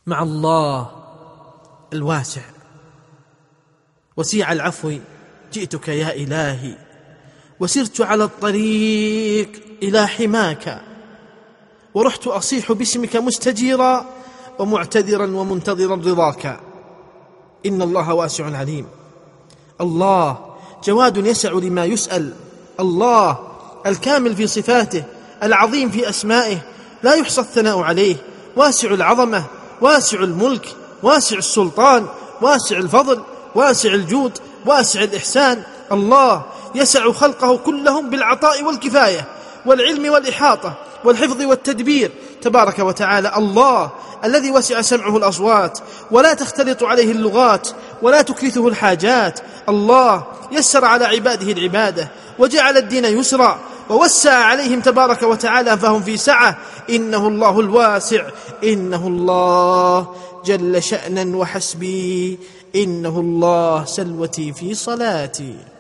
مع الله الواسع. وسيع العفو جئتك يا إلهي، وسرت على الطريق إلى حماك، ورحت أصيح باسمك مستجيرا ومعتذرا ومنتظرا رضاك. إن الله واسع عليم. الله جواد يسع لما يسأل. الله الكامل في صفاته، العظيم في أسمائه، لا يحصى الثناء عليه، واسع العظمة، واسع الملك، واسع السلطان، واسع الفضل، واسع الجود، واسع الإحسان. الله يسع خلقه كلهم بالعطاء والكفاية والعلم والإحاطة والحفظ والتدبير تبارك وتعالى. الله الذي وسع سمعه الأصوات ولا تختلط عليه اللغات ولا تكلثه الحاجات. الله يسر على عباده العبادة وجعل الدين يسرا ووسع عليهم تبارك وتعالى فهم في سعة. إنه الله الواسع، إنه الله جل شأنا وحسبي، إنه الله سلوتي في صلاتي.